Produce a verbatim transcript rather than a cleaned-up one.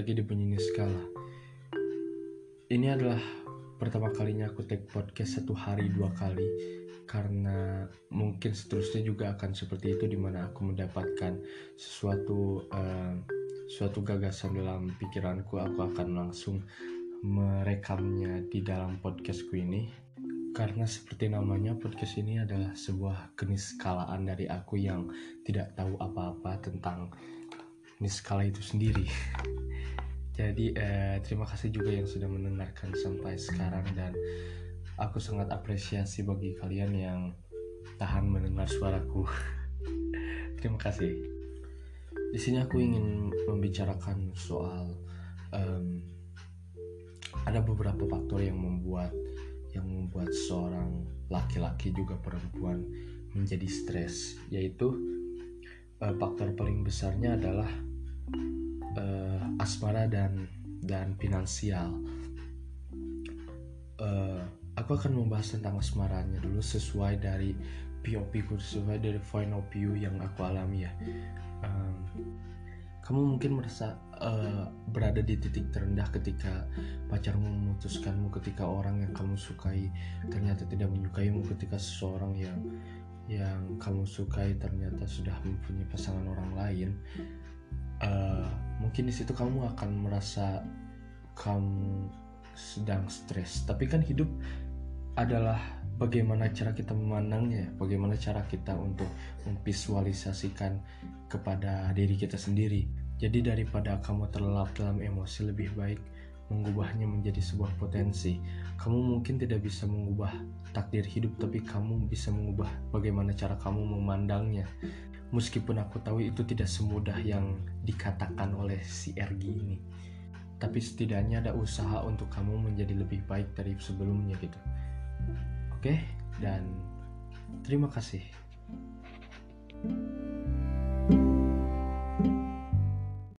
lagi di Penyanyi Skala. Ini adalah pertama kalinya aku take podcast satu hari dua kali, karena mungkin seterusnya juga akan seperti itu, dimana aku mendapatkan sesuatu uh, suatu gagasan dalam pikiranku, aku akan langsung merekamnya di dalam podcastku ini. Karena seperti namanya, podcast ini adalah sebuah keniskalaan dari aku yang tidak tahu apa-apa tentang niskala itu sendiri. Jadi eh, terima kasih juga yang sudah mendengarkan sampai sekarang, dan aku sangat apresiasi bagi kalian yang tahan mendengar suaraku. Terima kasih. Di sini aku ingin membicarakan soal um, ada beberapa faktor yang membuat yang membuat seorang laki-laki juga perempuan menjadi stres, yaitu uh, faktor paling besarnya adalah uh, asmara dan dan finansial. Uh, aku akan membahas tentang asmaranya dulu sesuai dari P O V ku, sesuai dari point of view yang aku alami ya. Um, kamu mungkin merasa uh, berada di titik terendah ketika pacarmu memutuskanmu, ketika orang yang kamu sukai ternyata tidak menyukaimu, ketika seseorang yang yang kamu sukai ternyata sudah mempunyai pasangan orang lain. Uh, mungkin di situ kamu akan merasa kamu sedang stres. Tapi kan hidup adalah bagaimana cara kita memandangnya, bagaimana cara kita untuk memvisualisasikan kepada diri kita sendiri. Jadi daripada kamu terlelap dalam emosi, lebih baik mengubahnya menjadi sebuah potensi. Kamu mungkin tidak bisa mengubah takdir hidup, tapi kamu bisa mengubah bagaimana cara kamu memandangnya. Meskipun aku tahu itu tidak semudah yang dikatakan oleh si R G ini, tapi setidaknya ada usaha untuk kamu menjadi lebih baik dari sebelumnya gitu. Oke, dan terima kasih.